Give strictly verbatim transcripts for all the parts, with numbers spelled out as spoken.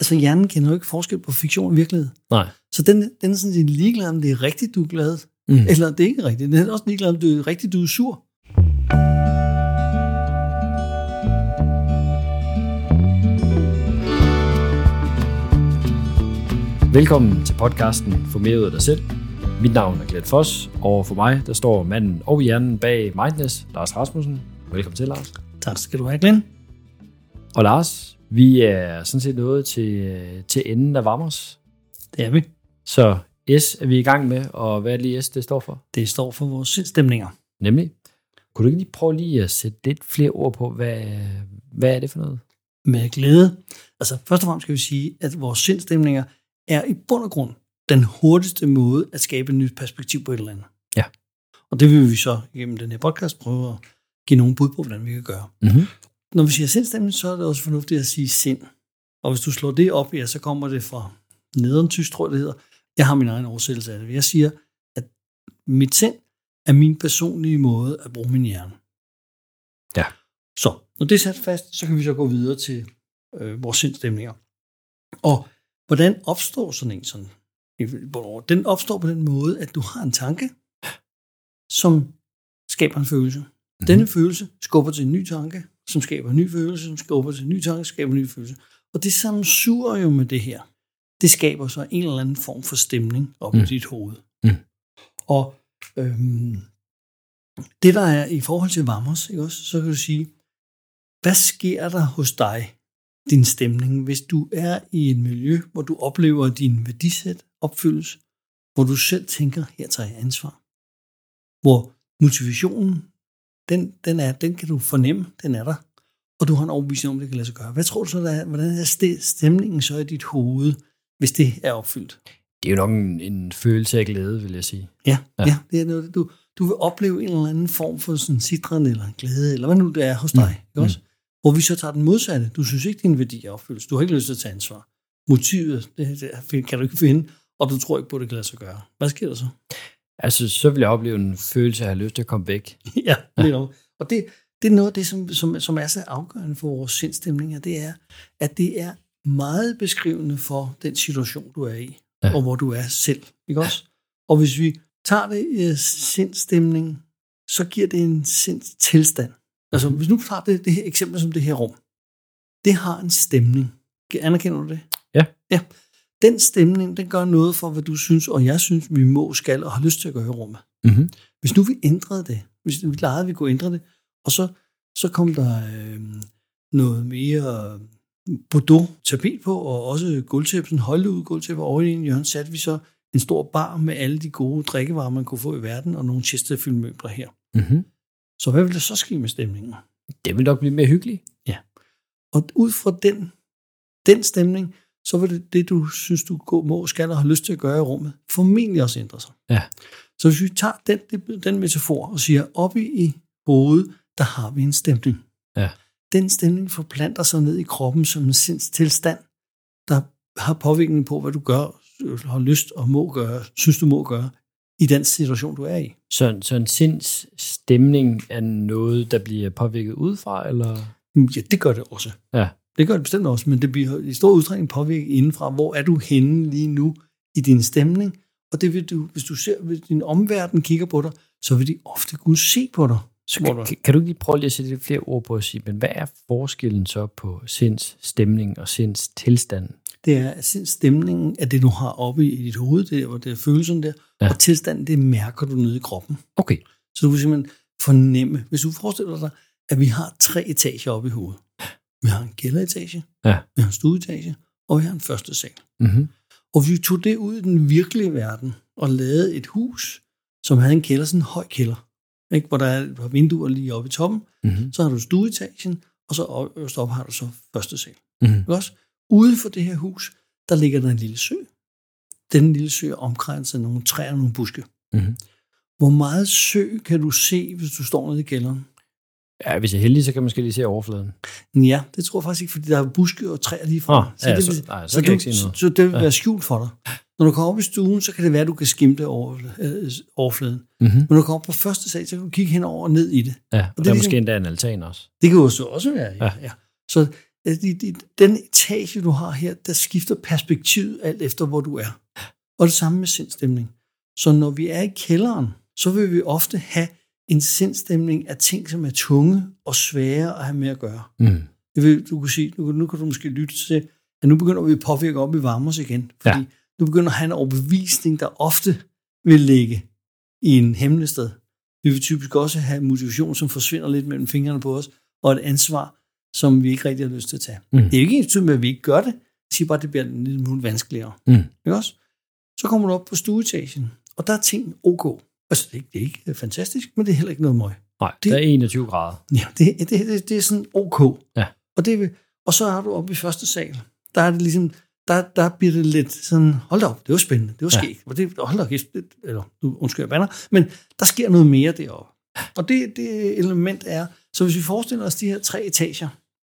altså hjernen kender jo ikke forskel på fiktion og virkelighed. Nej. Så den, den er sådan set ligeglad, om det er rigtigt, du er glad, Mm. eller det er ikke rigtigt. Den er også ligeglad, om det er rigtigt, du er sur. Velkommen til podcasten Få mere ud af dig selv. Mit navn er Glenn Foss, og for mig der står manden og hjernen bag Mindness, Lars Rasmussen. Velkommen til, Lars. Tak skal du have, Glenn. Og Lars, vi er sådan set nået til, til enden af Vammers. Det er vi. Så S er vi i gang med, og hvad er det lige S, det står for? Det står for vores sindsstemninger. Nemlig. Kunne du ikke lige prøve lige at sætte lidt flere ord på, hvad, hvad er det for noget? Med glæde. Altså først og fremmest skal vi sige, at vores sindsstemninger er i bund og grund den hurtigste måde at skabe et nyt perspektiv på et eller andet. Ja. Og det vil vi så gennem den her podcast prøve at give nogle bud på, hvordan vi kan gøre. Mm-hmm. Når vi siger sindstemning, så er det også fornuftigt at sige sind. Og hvis du slår det op, ja, så kommer det fra nedertysk, tror jeg det hedder. Jeg har min egen oversættelse af det. Jeg siger, at mit sind er min personlige måde at bruge min hjerne. Ja. Så, når det er sat fast, så kan vi så gå videre til øh, vores sindstemninger. Og hvordan opstår sådan en sådan? Den opstår på den måde, at du har en tanke, som skaber en følelse. Mm-hmm. Denne følelse skubber til en ny tanke, som skaber en ny følelse, som skubber til en ny tanke, skaber en ny følelse. Og det sammensuger jo med det her. Det skaber så en eller anden form for stemning op mm. i dit hoved. Mm. Og øhm, det der er i forhold til Vammers, ikke også, så kan du sige, hvad sker der hos dig, din stemning, hvis du er i et miljø, hvor du oplever din værdisæt opfyldes, hvor du selv tænker, her tager jeg ansvar. Hvor motivationen, den, den, er, den kan du fornemme, den er der, og du har en overbevisning om, det kan lade sig gøre. Hvad tror du så, der er, hvordan er stemningen så i dit hoved, hvis det er opfyldt? Det er jo nok en, en følelse af glæde, vil jeg sige. Ja, ja. ja det er noget, du, du vil opleve en eller anden form for sådan sidren eller glæde, eller hvad nu det er hos dig, mm. ikke også? Hvor vi så tager den modsatte. Du synes ikke, din værdi er opfyldt. Du har ikke lyst til at tage ansvar. Motivet, det, det kan du ikke finde, og du tror ikke på, det kan lade sig gøre. Hvad sker der så? Altså, så vil jeg opleve en følelse af at have lyst til at komme væk. ja, det er og det, det er noget af det, som, som, som er så afgørende for vores sindstemninger, det er, at det er meget beskrivende for den situation, du er i, ja. Og hvor du er selv. Ikke også? Og hvis vi tager det i sindstemning, så giver det en sindstilstand. Altså, hvis nu tager det, det her eksempel som det her rum, det har en stemning. Anerkender du det? Ja. Ja. Den stemning, den gør noget for, hvad du synes, og jeg synes, vi må, skal og har lyst til at gøre i rummet. Mm-hmm. Hvis nu vi ændrede det, hvis vi legede, vi kunne ændre det, og så, så kom der øh, noget mere Bordeaux tapet på, og også gulvtæppe, sådan højlød gulvtæppe, og over i en hjørne satte vi så en stor bar med alle de gode drikkevarer, man kunne få i verden, og nogle Chesterfield-møbler her. Mm-hmm. Så hvad vil der så ske med stemningen? Det vil nok blive mere hyggeligt. Ja. Og ud fra den, den stemning, så vil det, det, du synes, du går, må, skal og har lyst til at gøre i rummet, formentlig også ændre sig. Ja. Så hvis vi tager den, den metafor og siger, oppe i hovedet, der har vi en stemning. Ja. Den stemning forplanter sig ned i kroppen som en sindstilstand, der har påvirkning på, hvad du gør, har lyst og må gøre, synes du må gøre, i den situation, du er i. Så, så en sindsstemning er noget, der bliver påvirket udefra, eller? Ja, det gør det også. Ja. Det gør det bestemt også, men det bliver i stor udstrækning påvirket indenfra. Hvor er du henne lige nu i din stemning? Og det vil du, hvis du ser, hvis din omverden kigger på dig, så vil de ofte kunne se på dig. Så kan, du... kan du ikke lige prøve lige at sætte lidt flere ord på at sige, men hvad er forskellen så på sindsstemning og sindstilstand? Det er, at sindsstemningen er det, du har oppe i dit hoved, det er, hvor det er følelsen der, ja. Og tilstanden, det mærker du nede i kroppen. Okay. Så du kan simpelthen fornemme, hvis du forestiller dig, at vi har tre etager oppe i hovedet. Vi har en kælderetage, ja. Vi har en stueetage, og vi har en første sal. Mm-hmm. Og vi tog det ud i den virkelige verden, og lavede et hus, som havde en kælder, sådan en høj kælder, ikke? Hvor der er et par vinduer lige oppe i toppen. Mm-hmm. Så har du stueetagen, og så øverst op har du så første sal. Mm-hmm. Også? Ude for det her hus, der ligger der en lille sø. Den lille sø er omkranset af nogle træer og nogle buske. Mm-hmm. Hvor meget sø kan du se, hvis du står nede i kælderen? Ja, hvis jeg er heldig, så kan man måske lige se overfladen. Ja, det tror jeg faktisk ikke, fordi der er buske og træer lige fra. Oh, så, ja, det, så, nej, så, så, kan du, så, så det vil ja. være skjult for dig. Når du kommer op i stuen, så kan det være, at du kan skimte over, øh, overfladen. Mm-hmm. Men når du kommer op på første sal, så kan du kigge hen over og ned i det. Ja, og, og det der er ligesom, måske endda en altan også. Det kan jo så også være, ja. ja. ja. Så de, de, den etage, du har her, der skifter perspektivet alt efter, hvor du er. Og det samme med sindstemning. Så når vi er i kælderen, så vil vi ofte have en sindstemning af ting, som er tunge og svære at have med at gøre. Mm. Det vil, du kan sige, nu, nu kan du måske lytte til, at nu begynder vi at påvirke op i varme os igen. Fordi ja. Du begynder at have en overbevisning, der ofte vil ligge i en hemmelig sted. Vi vil typisk også have motivation, som forsvinder lidt mellem fingrene på os, og et ansvar, som vi ikke rigtig har lyst til at tage. Mm. Det er jo ikke ens med, at vi ikke gør det. Jeg siger bare, at det bliver en lille smule vanskeligere. Mm. Ikke også? Så kommer du op på stueetagen, og der er ting ok. Altså, det er, ikke, det er ikke fantastisk, men det er heller ikke noget møg. Nej, det er enogtyve grader. Ja, det, det, det, det er sådan ok. Ja. Og, det, og så er du oppe i første sal. Der er det ligesom, der, der bliver det lidt sådan, hold da op, det var spændende, det var skægt. Ja. Det, hold da op, eller nu undskyld jeg bander, men der sker noget mere deroppe. Og det, det element er, så hvis vi forestiller os de her tre etager,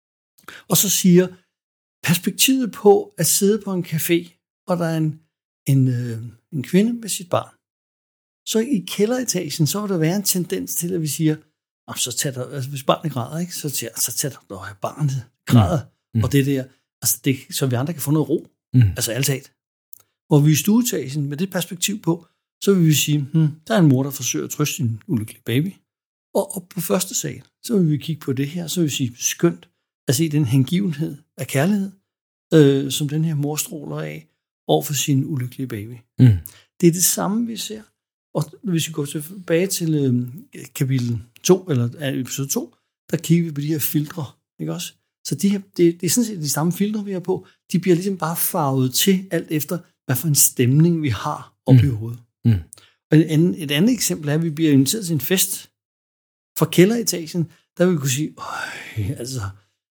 og så siger perspektivet på at sidde på en café, og der er en, en, øh, en kvinde med sit barn, så i kælderetagen, så vil der være en tendens til, at vi siger, så tager der, altså hvis barnet græder, ikke, så tager, så tager der, når barnet græder, mm. og det der, altså det, så vi andre kan få noget ro, mm. altså alt talt. Hvor vi i stueetagen med det perspektiv på, så vil vi sige, hmm, der er en mor, der forsøger at trøste sin ulykkelige baby. Og, og på første sal, så vil vi kigge på det her, så vil vi sige, skønt at se den hengivenhed af kærlighed, øh, som den her mor stråler af over for sin ulykkelige baby. Mm. Det er det samme, vi ser. Og hvis vi går tilbage til øh, kapitel to, eller episode to, der kigger vi på de her filtre, ikke også? Så de her, det, det er sådan set de samme filtre, vi har på. De bliver ligesom bare farvet til, alt efter, hvad for en stemning vi har oppe mm. i hovedet. Mm. Og et andet, et andet eksempel er, at vi bliver inviteret til en fest fra kælderetagen, der vil vi kunne sige, altså,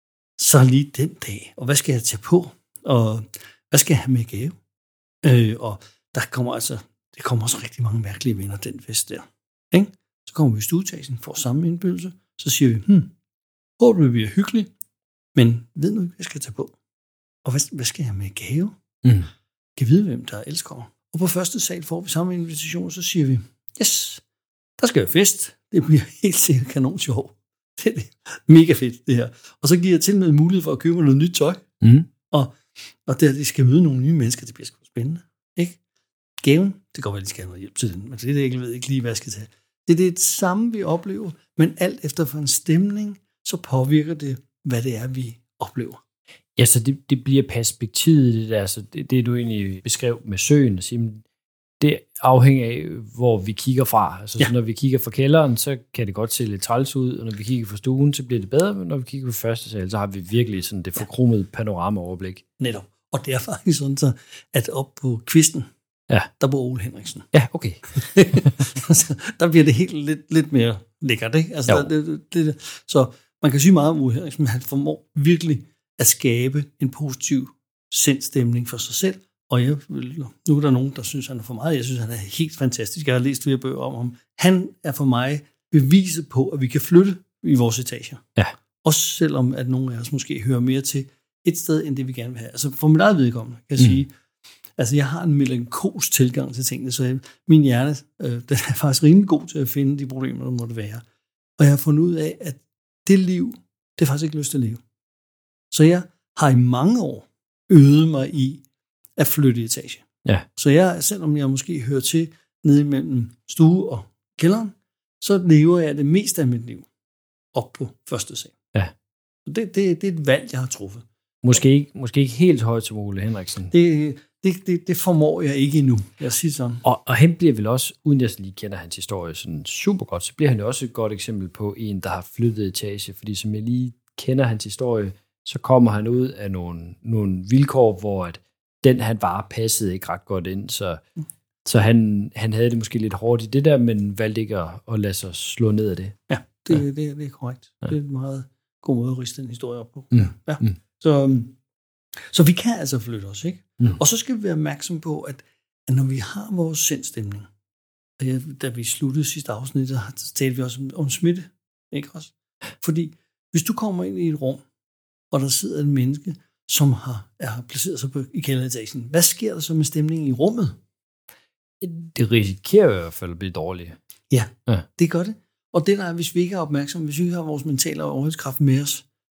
så lige den dag, og hvad skal jeg tage på, og hvad skal jeg have med gave? Øh, og der kommer altså, det kommer også rigtig mange mærkelige venner, den fest der. Ikke? Så kommer vi i stueetagen, får samme indbydelse, så siger vi, hmm, håber det bliver hyggeligt, men ved nu ikke, hvad jeg skal tage på? Og hvad, hvad skal jeg have med gave? Mm. Kan vide, hvem der elsker mig? Og på første sal får vi samme invitation, så siger vi, yes, der skal være fest. Det bliver helt sikkert kanon sjov. Det er mega fedt, det her. Og så giver jeg til med mulighed for at købe noget nyt tøj. Mm. Og, og der, de skal møde nogle nye mennesker, det bliver sgu spændende. Ikke? Gaven, det går vel, de skal have noget hjælp til den, men det er det, jeg ved ikke lige, hvad jeg skal tage. Det er det samme, vi oplever, men alt efter for en stemning, så påvirker det, hvad det er, vi oplever. Ja, så det, det bliver perspektivet, det der, så det, det du egentlig beskrev med søen, det afhænger af, hvor vi kigger fra. Altså, ja. Så når vi kigger fra kælderen, så kan det godt se lidt træls ud, og når vi kigger fra stuen, så bliver det bedre, men når vi kigger på første sal, så har vi virkelig sådan det forkromede panoramaoverblik. Netop. Og det er faktisk sådan, så, at op på kvisten, ja. Der bor Ole Henriksen. Ja, okay. Der bliver det helt lidt, lidt mere lækkert, ikke? Altså, der, det, det, det, så man kan sige meget om Ole Henriksen, men han formår virkelig at skabe en positiv sindstemning for sig selv. Og jeg, nu er der nogen, der synes, han er for meget. Jeg synes, han er helt fantastisk. Jeg har læst flere bøger om ham. Han er for mig beviset på, at vi kan flytte i vores etager. Ja. Også selvom, at nogle af os måske hører mere til et sted, end det vi gerne vil have. Altså for mit eget vedkommende, kan jeg mm. sige, altså jeg har en melankolsk tilgang til tingene, så min hjerne, øh, den er faktisk rimelig god til at finde de problemer, der måtte være. Og jeg har fundet ud af, at det liv, det er faktisk ikke lyst til at leve. Så jeg har i mange år øvet mig i at flytte etage. Ja. Så jeg, selvom jeg måske hører til nede mellem stue og kælderen, så lever jeg det meste af mit liv op på første sal. Ja. Og det, det, det er et valg, jeg har truffet. Måske ikke, måske ikke helt højt som Ole Henriksen. Det, det, det, det formår jeg ikke endnu. Jeg siger sådan. Og, og han bliver vel også, uden jeg lige kender hans historie sådan super godt, så bliver han jo også et godt eksempel på en, der har flyttet etage. Fordi som jeg lige kender hans historie, så kommer han ud af nogle, nogle vilkår, hvor at den, han var, passede ikke ret godt ind. Så, mm. så han, han havde det måske lidt hårdt i det der, men valgte ikke at, at lade sig slå ned af det. Ja, det, ja. Det, det, det er korrekt. Ja. Det er en meget god måde at riste den historie op på. Mm. Ja. Mm. Så, så vi kan altså flytte os, ikke? Mm. Og så skal vi være opmærksom på, at, at når vi har vores sindstemning, og ja, da vi sluttede sidste afsnit, så talte vi også om, om smitte, ikke også? Fordi hvis du kommer ind i et rum, og der sidder et menneske, som har, har placeret sig på, i kælderetagen, hvad sker der så med stemningen i rummet? Det risikerer i hvert fald at blive dårligt. Ja, ja, det gør det. Og det der er, hvis vi ikke er opmærksomme, hvis vi ikke har vores mentale overhedskraft med os,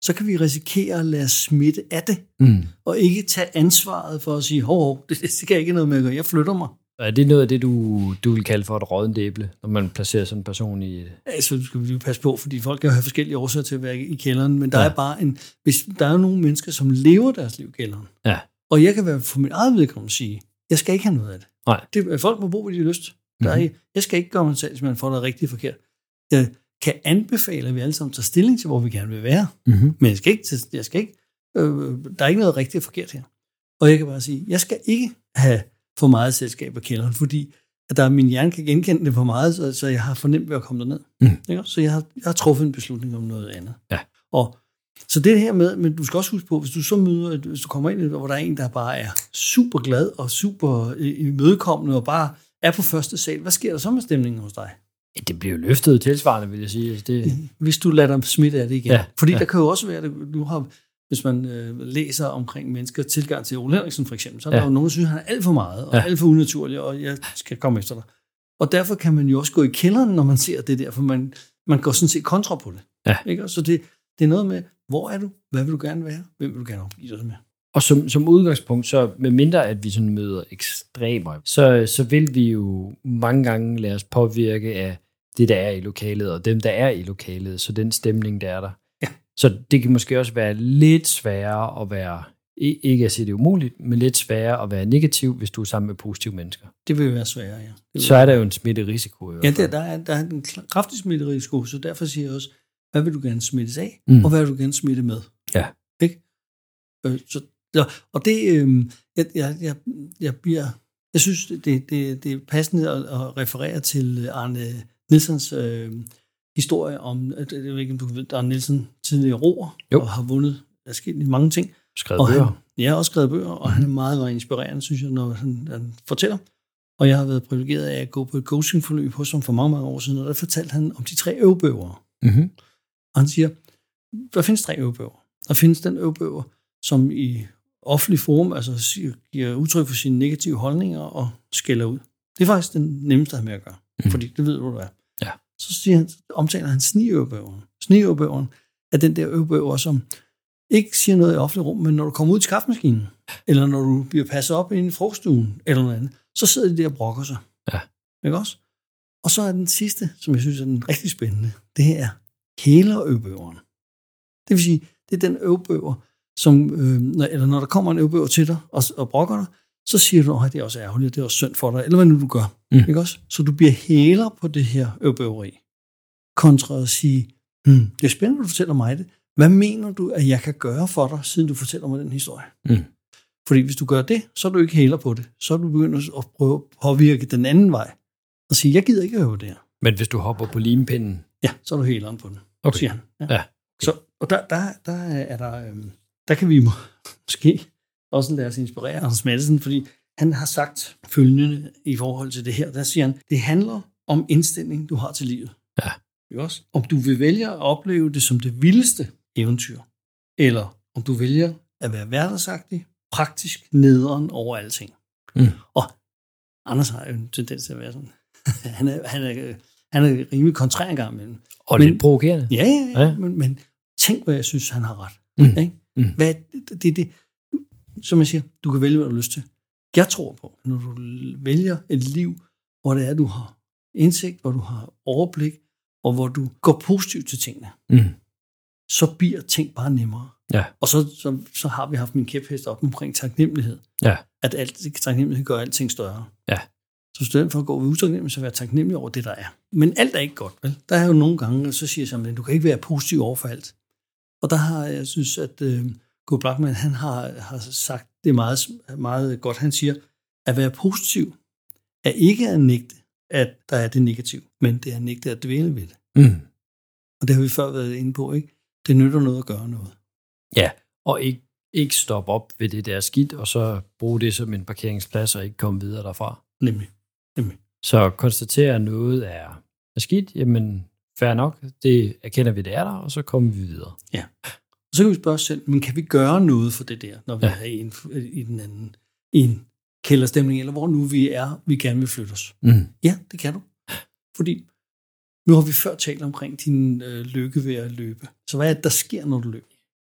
så kan vi risikere at lade os smitte af det, Mm. og ikke tage ansvaret for at sige, hov, hov, det, det kan jeg ikke noget med at gøre, jeg flytter mig. Er det noget af det, du, du vil kalde for et råddent æble, når man placerer sådan en person i... Altså, skal vi lige passe på, fordi folk kan jo have forskellige årsager til at være i kælderen, men der Ja. er bare en, hvis der er jo nogle mennesker, som lever deres liv i kælderen, Ja. og jeg kan være for mit eget vedkommende sige, jeg skal ikke have noget af det. Nej. det folk må bo, hvor de har lyst. Der er, Mhm. jeg skal ikke gøre mig selv, hvis man får noget rigtig forkert. Jeg kan anbefale, at vi alle sammen tager stilling til, hvor vi gerne vil være, Mm-hmm. men jeg skal ikke, jeg skal ikke øh, der er ikke noget rigtigt og forkert her. Og jeg kan bare sige, jeg skal ikke have for meget selskab af kælderen, fordi at der, min hjerne kan genkende det for meget, så, så jeg har fornemt ved at komme derned. Mm. Ikke? Så jeg har, jeg har truffet en beslutning om noget andet. Ja. Og så det her med, men du skal også huske på, hvis du så møder, hvis du kommer ind, hvor der er en, der bare er super glad og super imødekommende og bare er på første sal, hvad sker der så med stemningen hos dig? Det bliver jo løftet tilsvarende, vil jeg sige. Altså, det... Hvis du lader dem smitte af det igen. Ja, Fordi ja. der kan jo også være, at du har, hvis man øh, læser omkring mennesker, tilgang til Ole Henriksen for eksempel, så er der Ja. jo nogen, der synes, han er alt for meget, og Ja. alt for unaturlig, og jeg skal komme efter dig. Og derfor kan man jo også gå i kælderen, når man ser det der, for man, man går sådan set kontra på det. Ja. Ikke? Og så det, det er noget med, hvor er du? Hvad vil du gerne være? Hvem vil du gerne omgive dig med? Og som, som udgangspunkt, så med mindre at vi sådan møder ekstremer, så, så vil vi jo mange gange lade os påvirke af det, der er i lokalet, og dem, der er i lokalet, så den stemning, der er der. Ja. Så det kan måske også være lidt sværere at være, ikke at sige det er umuligt, men lidt sværere at være negativ, hvis du er sammen med positive mennesker. Det vil være sværere, ja. Det vil Så er der jo en smitterisiko. I hvert Ja, fald. der, der, er, der er en kl- kraftig smitterisiko, så derfor siger jeg også, hvad vil du gerne smittes af, Mm. mm. og hvad vil du gerne smitte med? Ja. Ikke? Øh, så, ja, og det, øh, jeg, jeg, jeg, jeg bliver, jeg synes, det, det, det er passende at, at referere til Arne Nielsens øh, historie om, at, jeg ved ikke, om du ved, Arne Nielsen tidligere roer, Jo. og har vundet forskellige mange ting. Skrevet Og bøger. han, jeg har også skrevet bøger, og han er meget, meget inspirerende, synes jeg, når han, han fortæller. Og jeg har været privilegeret af at gå på et coachingforløb hos ham for mange, mange år siden, og der fortalte han om de tre øvebøger. Mm-hmm. Og han siger, der findes tre øvebøger. Der findes den øvebøger, som i offentlig forum altså siger, giver udtryk for sine negative holdninger og skælder ud. Det er faktisk den nemmeste med at gøre, Mm. fordi det ved du, hvad. Ja. Så siger han, omtaler han sniøvebøgeren. Sniøvebøgeren er den der øvebøger, som ikke siger noget i offentlig rum, men når du kommer ud til kaffemaskinen, eller når du bliver passet op inde i frokoststuen, eller noget andet, så sidder de der og brokker sig. Ja. Ikke også? Og så er den sidste, som jeg synes er den rigtig spændende, det her er hælerøvebøgeren. Det vil sige, det er den øvebøger, som, øh, når, eller når der kommer en øvebøger til dig og, og brokker dig, så siger du, at det er også ærgerligt, det er også synd for dig, eller hvad nu du gør. Mm. Ikke også? Så du bliver hæler på det her øvebøgeri, kontra at sige, hmm, det er spændende, at du fortæller mig det. Hvad mener du, at jeg kan gøre for dig, siden du fortæller mig den historie? Mm. Fordi hvis du gør det, så er du ikke hæler på det. Så er du begyndt at prøve at påvirke den anden vej, og sige, jeg gider ikke høre det her. Men hvis du hopper på limpinden... Ja, så er du hæleren på den, Okay. siger han. Ja. Ja. Så, og der, der, der er der, øhm, der kan vi må, måske også lade os inspirere Anders Matthesen, fordi han har sagt følgende i forhold til det her. Der siger han, det handler om indstilling, du har til livet. Ja. Ikke også? Om du vil vælge at opleve det som det vildeste eventyr, eller om du vælger at være hverdagsagtig, praktisk, nederen over alting. Mm. Og Anders har jo en tendens til at være sådan. han, er, han, er, han er rimelig kontrær en gang imellem. Og Men- lidt provokerende. Ja, ja, ja. Ja. Men, men tænk, hvad jeg synes, han har ret. Mm. Ikke? Mm. Hvad, det, det, det, som jeg siger, du kan vælge, hvad du har lyst til. Jeg tror på, når du vælger et liv, hvor det er, du har indsigt, hvor du har overblik, og hvor du går positivt til tingene, Mm. så bliver ting bare nemmere. Ja. Og så, så, så har vi haft min kæphest op omkring taknemmelighed. Ja. At alt, taknemmelighed gør alting større. Ja. Så i stedet for at gå ved utaknemmelig, så være taknemmelig over det, der er. Men alt er ikke godt, vel? Der er jo nogle gange, så siger jeg at du kan ikke være positiv over for alt. Og der har jeg synes, at uh, Go Blackman, han har, har sagt det er meget, meget godt. Han siger, at være positiv er ikke at nægte, at der er det negativ, men det er at nægte at dvæle ved det. Mm. Og det har vi før været inde på, ikke? Det nytter noget at gøre noget. Ja, og ikke, ikke stoppe op ved det der skidt, og så bruge det som en parkeringsplads, og ikke komme videre derfra. Nemlig. Nemlig. Så konstatere, at noget er, er skidt, jamen fair nok, det erkender vi, det er der, og så kommer vi videre. Ja. Og så kan vi spørge os selv, men kan vi gøre noget for det der, når vi Ja. er i, en, i den anden, i en kælderstemning, eller hvor nu vi er, vi gerne vil flytte os? Mm. Ja, det kan du. Fordi nu har vi før talt omkring din øh, lykke ved at løbe. Så hvad er det, der sker, når du løber?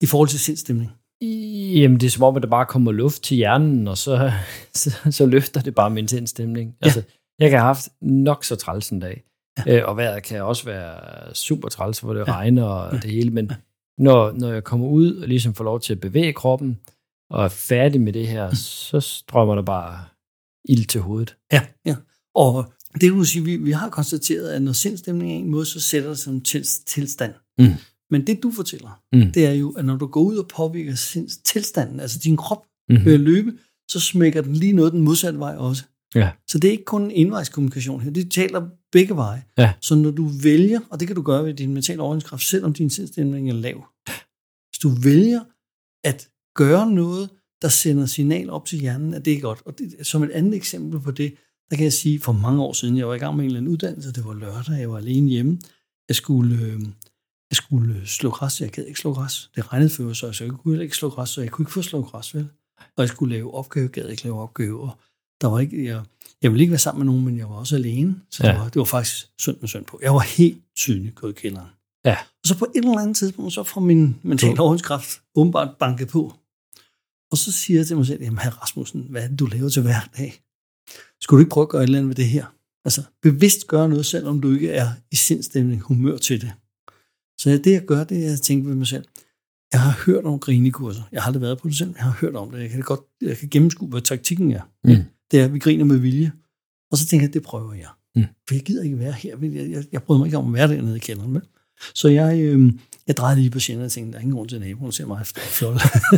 i forhold til sindstemning? Jamen, det er som om, at der bare kommer luft til hjernen, og så, så, så løfter det bare min sindstemning. Ja. Altså, jeg kan have haft nok så træls en dag, ja. øh, og vejret kan også være super træls, hvor det ja. regner og ja. det hele, men ja. når, når jeg kommer ud og ligesom får lov til at bevæge kroppen, og er færdig med det her, så strømmer der bare ild til hovedet. Ja, ja. Og det vil sige, vi, vi har konstateret, at når sindstemning er en måde, så sætter det som til, tilstand. Mm. Men det, du fortæller, mm. det er jo, at når du går ud og påvirker sindstilstanden, altså din krop mm-hmm. vil løbe, så smækker den lige noget den modsatte vej også. Ja. Så det er ikke kun en envejskommunikation her, det taler begge veje. Ja. Så når du vælger, og det kan du gøre ved din mentale overenskraft, selvom din sindstemning er lav. Hvis du vælger at gøre noget, der sender signal op til hjernen, at det er godt. Og det, som et andet eksempel på det, der kan jeg sige, for mange år siden, jeg var i gang med en eller anden uddannelse, det var lørdag, jeg var alene hjemme. Jeg skulle, øh, jeg skulle slå græs, jeg gad ikke slå græs. Det regnede før, så jeg kunne heller ikke slå græs, så jeg kunne ikke få slå græs, vel? Og jeg skulle lave opgave, gad ikke lave opgave. Og der var ikke, jeg, jeg ville ikke være sammen med nogen, men jeg var også alene. Så ja. det, var, det var faktisk synd med synd på. Jeg var helt tydelig gået i kælderen. Ja. Og så på et eller andet tidspunkt, så får min mentale overenskraft åbenbart banket på. Og så siger jeg til mig selv, jamen hr. Rasmussen, hvad er det, du laver til hver dag? Skulle du ikke prøve at gøre et eller andet ved det her? Altså bevidst gøre noget, selvom du ikke er i sindstemning, humør til det. Så det, jeg gør, det er at tænke ved mig selv. Jeg har hørt om grinekurser. Jeg har aldrig været på det selv, jeg har hørt om det. Jeg kan det godt, jeg kan gennemskue, hvad taktikken er. Mm. Det er, at vi griner med vilje. Og så tænker jeg, det prøver jeg. Mm. For jeg gider ikke være her. Jeg, jeg, jeg bryder mig ikke om at være dernede i kælderen. Med. Så jeg, øh, jeg drejede lige på sjældent og tænkte, der er ingen grund til, at naboen ser mig efter fjol.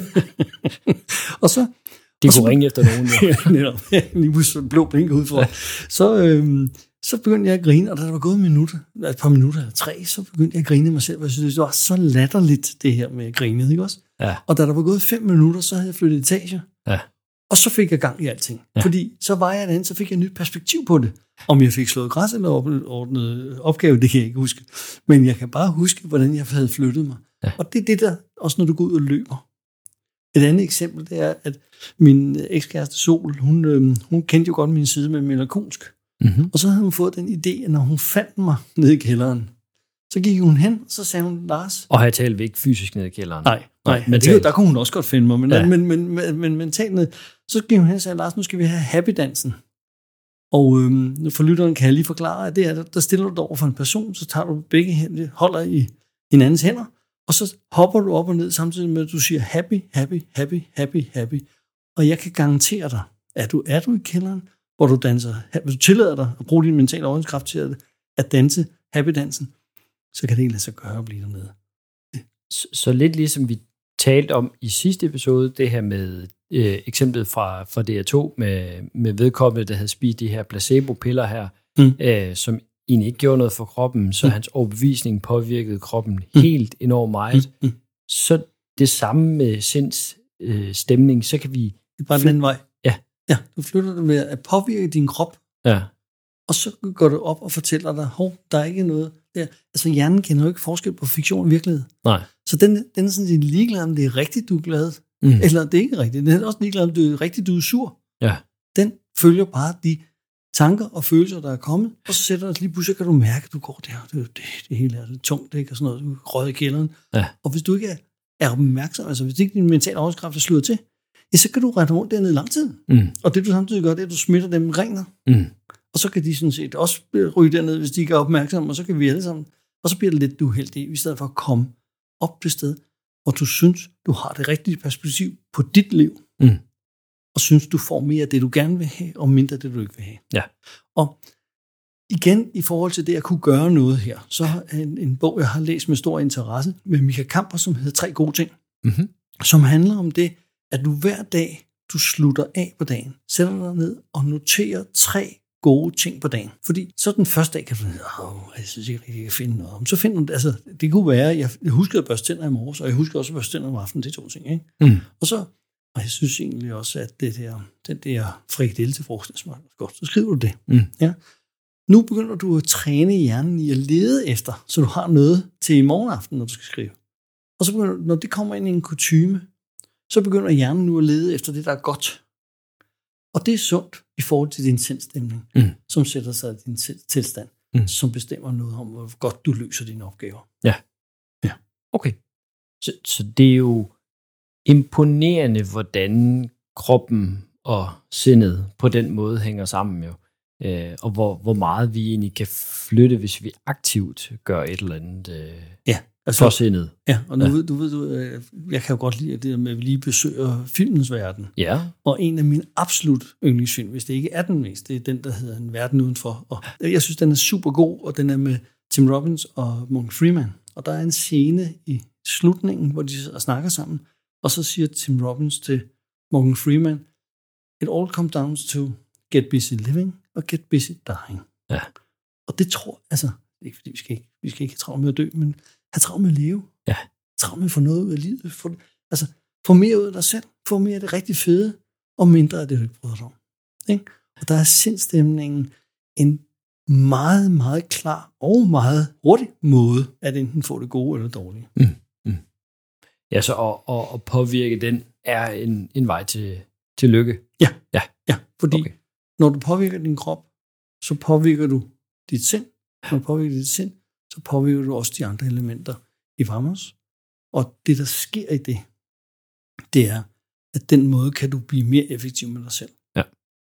og så De kunne ringe efter nogen. Ja, netop. Lige pludselig blå blink ud for. Ja. Så, øhm, så begyndte jeg at grine, og da der var gået en minut, et par minutter eller tre, så begyndte jeg at grine mig selv, og jeg synes, det var så latterligt, det her med at grine, ikke også? Ja. Og da der var gået fem minutter, så havde jeg flyttet etager. Ja. Og så fik jeg gang i alting. Ja. Fordi så var jeg derhen, så fik jeg et nyt perspektiv på det. Om jeg fik slået græs eller ordnet opgave, det kan jeg ikke huske. Men jeg kan bare huske, hvordan jeg havde flyttet mig. Ja. Og det er det der, også når du går ud og løber. Et andet eksempel, det er, at min ekskæreste Sol, hun, øh, hun kendte jo godt min side med melankolsk. Mm-hmm. Og så havde hun fået den idé, at når hun fandt mig nede i kælderen, så gik hun hen, og så sagde hun, Lars... Og her talte vi ikke fysisk nede i kælderen. Nej, nej, men det, der kunne hun også godt finde mig, men, ja. men, men, men, men mentalt ned. Så gik hun hen og sagde, Lars, nu skal vi have happy-dansen. Og øh, for lytteren kan jeg lige forklare, at det er, der stiller du dig over for en person, så tager du begge hænder, holder i hinandens hænder, og så hopper du op og ned, samtidig med, at du siger happy, happy, happy, happy, happy. Og jeg kan garantere dig, at du er du i kælderen, hvor du danser, hvis du tillader dig at bruge din mentale overenskraft til at, at danse happy-dansen, så kan det ikke lade sig gøre at blive dernede. Så, så lidt ligesom vi talte om i sidste episode, det her med øh, eksemplet fra, fra D R to med, med vedkommende, der havde spist de her placebo-piller her, mm. øh, som egentlig ikke gjorde noget for kroppen, så mm. hans overbevisning påvirkede kroppen mm. helt enormt meget. Mm. Så det samme med sinds øh, stemning, så kan vi... Det er bare den anden vej. Ja. Ja, du flytter det med at påvirke din krop, ja. Og så går du op og fortæller dig, hov, der er ikke noget der. Altså hjernen kender jo ikke forskel på fiktion og virkelighed. Nej. Så den, den er sådan lidt ligeglad, om det er rigtigt, du er glad, mm. eller det er ikke rigtigt. Den er også ligeglad, om det er rigtigt, du er sur. Ja. Den følger bare de tanker og følelser, der er kommet, og så sætter dig lige pludselig, kan du mærke, at du går der, det, det, det hele er lidt tungt, ikke? Og sådan noget, du røget i kælderen. Ja. Og hvis du ikke er, er opmærksom, altså hvis ikke din mentale overenskraft er slået til, ja, så kan du rette rundt dernede i lang tid. Mm. Og det du samtidig gør, det er, at du smitter dem med ringner. Mm. Og så kan de sådan set også ryge derned, hvis de ikke er opmærksomme, og så kan vi alle sammen. Og så bliver det lidt uheldigt, i stedet for at komme op det sted, hvor du synes, du har det rigtige perspektiv på dit liv, mm. og synes, du får mere af det, du gerne vil have, og mindre af det, du ikke vil have. Ja. Og igen, i forhold til det at kunne gøre noget her, så er en, en bog, jeg har læst med stor interesse, med Michael Kamper, som hedder Tre gode ting, mm-hmm. som handler om det, at du hver dag, du slutter af på dagen, sætter dig ned og noterer tre gode ting på dagen. Fordi så den første dag kan du sige, åh, jeg synes ikke, jeg kan finde noget. Så finder du, altså, det kunne være, jeg, jeg husker at børste tænder i morges, og jeg husker også at børste tænder om aftenen, det er to ting, ikke? Mm. Og så, og jeg synes egentlig også, at det der, den der frikadelle til frokost smager godt, så skriver du det. Mm. Ja. Nu begynder du at træne hjernen i at lede efter, så du har noget til i morgen aften, når du skal skrive. Og så begynder, når det kommer ind i en kutyme, så begynder hjernen nu at lede efter det, der er godt. Og det er sundt i forhold til din sindstemning, mm. som sætter sig i din tilstand, mm. som bestemmer noget om, hvor godt du løser dine opgaver. Ja. Ja. Okay. Så, så det er jo imponerende, hvordan kroppen og sindet på den måde hænger sammen jo. Øh, og hvor, hvor meget vi egentlig kan flytte, hvis vi aktivt gør et eller andet øh, ja, altså, for sindet. Ja, og nu ja. ved du, ved du, jeg kan jo godt lide det med, at vi lige besøger filmens verden. Ja. Og en af mine absolut yndlingsfilm, hvis det ikke er den mest, det er den, der hedder En verden udenfor. Og jeg synes, den er super god, og den er med Tim Robbins og Morgan Freeman. Og der er en scene i slutningen, hvor de snakker sammen, og så siger Tim Robbins til Morgan Freeman, it all comes down to get busy living og get busy dying. Ja. Og det tror altså, ikke fordi vi skal ikke, vi skal ikke have travlt med at dø, men have travlt med at leve. Ja. Travlt med at få noget ud af livet. For, altså, få mere ud af dig selv. Få mere af det rigtig fede, og mindre af det, du ikke bryder dig om. Ikke? Og der er sindstemningen en meget, meget klar og meget hurtig måde, at enten få det gode eller dårlige. Mm. Mm. Ja, så at, at, at påvirke den er en, en vej til, til lykke. Ja, ja. ja fordi okay. Når du påvirker din krop, så påvirker du dit sind. Når du påvirker dit sind, så påvirker du også de andre elementer i Vamos. Og det, der sker i det, det er, at den måde kan du blive mere effektiv med dig selv. Ja.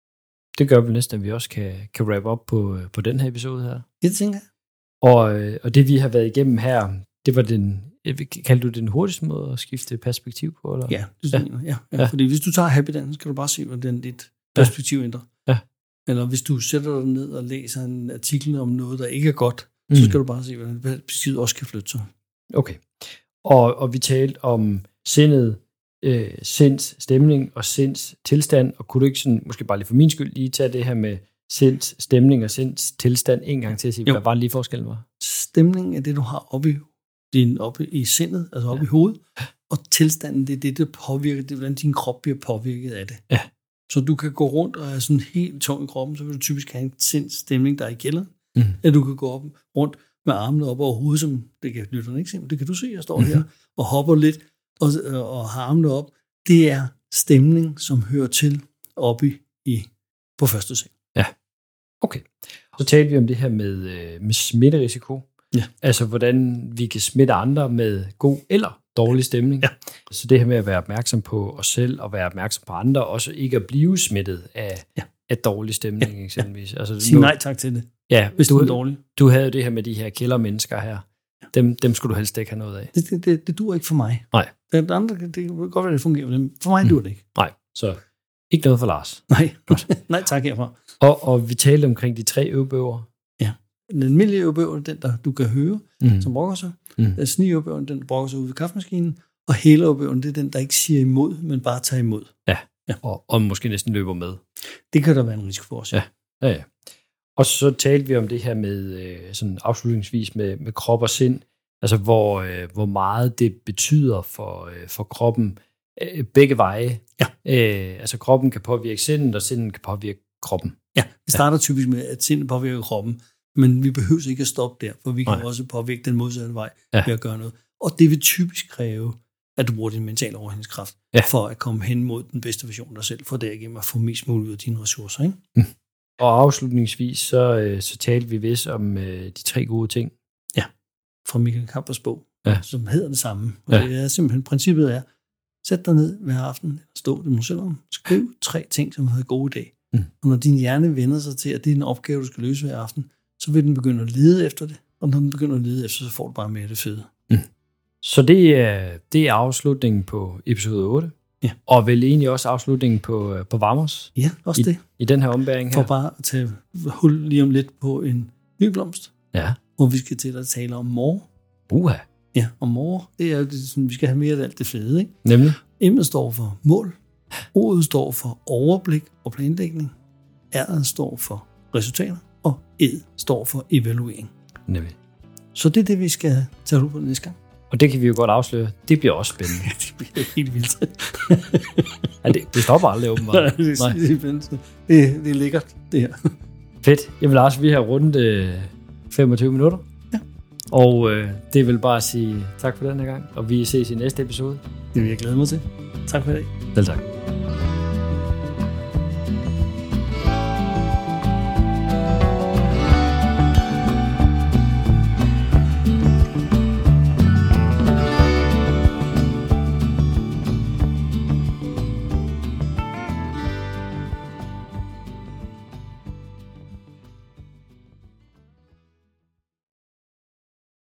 Det gør vel næsten, at vi også kan, kan wrap op på, på den her episode her. Det tænker jeg. Og, og det, vi har været igennem her, det var den, kaldte du den hurtigste måde at skifte perspektiv på? Eller? Ja, det ja. Ja, ja, ja. Fordi hvis du tager Happy Dance, så kan du bare se, hvordan dit perspektiv ændrer. Ja. Eller hvis du sætter dig ned og læser en artikel om noget, der ikke er godt, mm. så skal du bare se, hvordan perspektivet også kan flytte sig. Okay. Og, og vi talte om sindet, øh, sinds stemning og sinds tilstand, og kunne du ikke sådan, måske bare lige for min skyld, lige tage det her med sinds stemning og sinds tilstand en gang til at sige, jo. Hvad var det lige forskellen var? Stemningen er det, du har oppe i, din, oppe i sindet, altså oppe ja. i hovedet, og tilstanden, det er det, der påvirker, det er, hvordan din krop bliver påvirket af det. Ja. Så du kan gå rundt og er sådan helt tung i kroppen, så vil du typisk have en sindsstemning, der er i kælderen. Mm. Eller du kan gå op, rundt med armene op over hovedet, som det kan lytterne ikke se, men det kan du se, jeg står mm-hmm. her og hopper lidt og, og har armene op. Det er stemning, som hører til oppe i, i på første sal. Ja, okay. Så talte vi om det her med, med smitterisiko. Ja. Altså, hvordan vi kan smitte andre med god eller dårlig stemning. Ja. Så det her med at være opmærksom på os selv og være opmærksom på andre, også ikke at blive smittet af, ja. af dårlig stemning, ja. eksempelvis. Altså, Sig nej tak til det, ja, hvis du du er dårlig. Du havde det her med de her kældermennesker her. Ja. Dem, dem skulle du helst ikke have noget af. Det, det, det, det duer ikke for mig. Nej. Det, andre, det kan godt være, det fungerer, men for mig mm. duer det ikke. Nej, så ikke noget for Lars. Nej, nej tak herfra. Og, og vi talte omkring de tre øvebøger. Ja. Den almindelige øvebøger er den, der du kan høre, mm. som brokker sig. Mm. Den snigeøvebøger, den brokker sig ude ved kaffemaskinen. Og hele øvebøgen, det er den, der ikke siger imod, men bare tager imod. Ja, ja. Og, og måske næsten løber med. Det kan der være en risiko for os. Ja, ja, ja. Og så talte vi om det her med, øh, sådan afslutningsvis med, med krop og sind. Altså, hvor, øh, hvor meget det betyder for, øh, for kroppen øh, begge veje. Ja. Øh, altså, kroppen kan påvirke sindet, og sindet kan påvirke kroppen. Ja, det starter ja. typisk med, at sindet påvirker kroppen, men vi behøver ikke at stoppe der, for vi kan Nej. også påvirke den modsatte vej ja. ved at gøre noget. Og det vil typisk kræve, at du bruger din mentale overhængskraft ja. for at komme hen mod den bedste version af dig selv, for derigennem at få mest muligt ud af dine ressourcer. Ikke? Mm. Og afslutningsvis, så, så talte vi vist om øh, de tre gode ting. Ja, fra Michael Kappers bog, ja. som hedder det samme. Og ja. det er simpelthen, princippet er, sæt dig ned hver aften, stå det selv om, skriv tre ting, som hedder gode dag. Mm. Og når din hjerne vender sig til, at det er en opgave, du skal løse hver aften, så vil den begynde at lede efter det, og når den begynder at lede efter, så får du bare mere af det fede. Mm. Så det er, det er afslutningen på episode otte. Ja. Og vel egentlig også afslutningen på, på Vamos. Ja, også i, det. I den her ombæring her. For bare at tage hul lige om lidt på en ny blomst. Ja. Hvor vi skal til at tale om mor. Uha. Ja, og mor, det er jo det, sådan, vi skal have mere af alt det fede, ikke? Nemlig? M'et står for mål. O'et står for overblik og planlægning. R'et står for resultater. Og E'et står for evaluering. Nemlig. Så det er det, vi skal tage ud på næste gang. Og det kan vi jo godt afsløre. Det bliver også spændende. Ja, det bliver helt vildt. ja, det, det stopper aldrig åbenbart. Nej, det, er, det, det, det er lækkert, det her. Fedt. Jamen Lars, vi har rundt øh, femogtyve minutter. Ja. Og øh, det vil bare at sige tak for den her gang. Og vi ses i næste episode. Det vil jeg glæde mig til. Tak for i dag. Selv tak.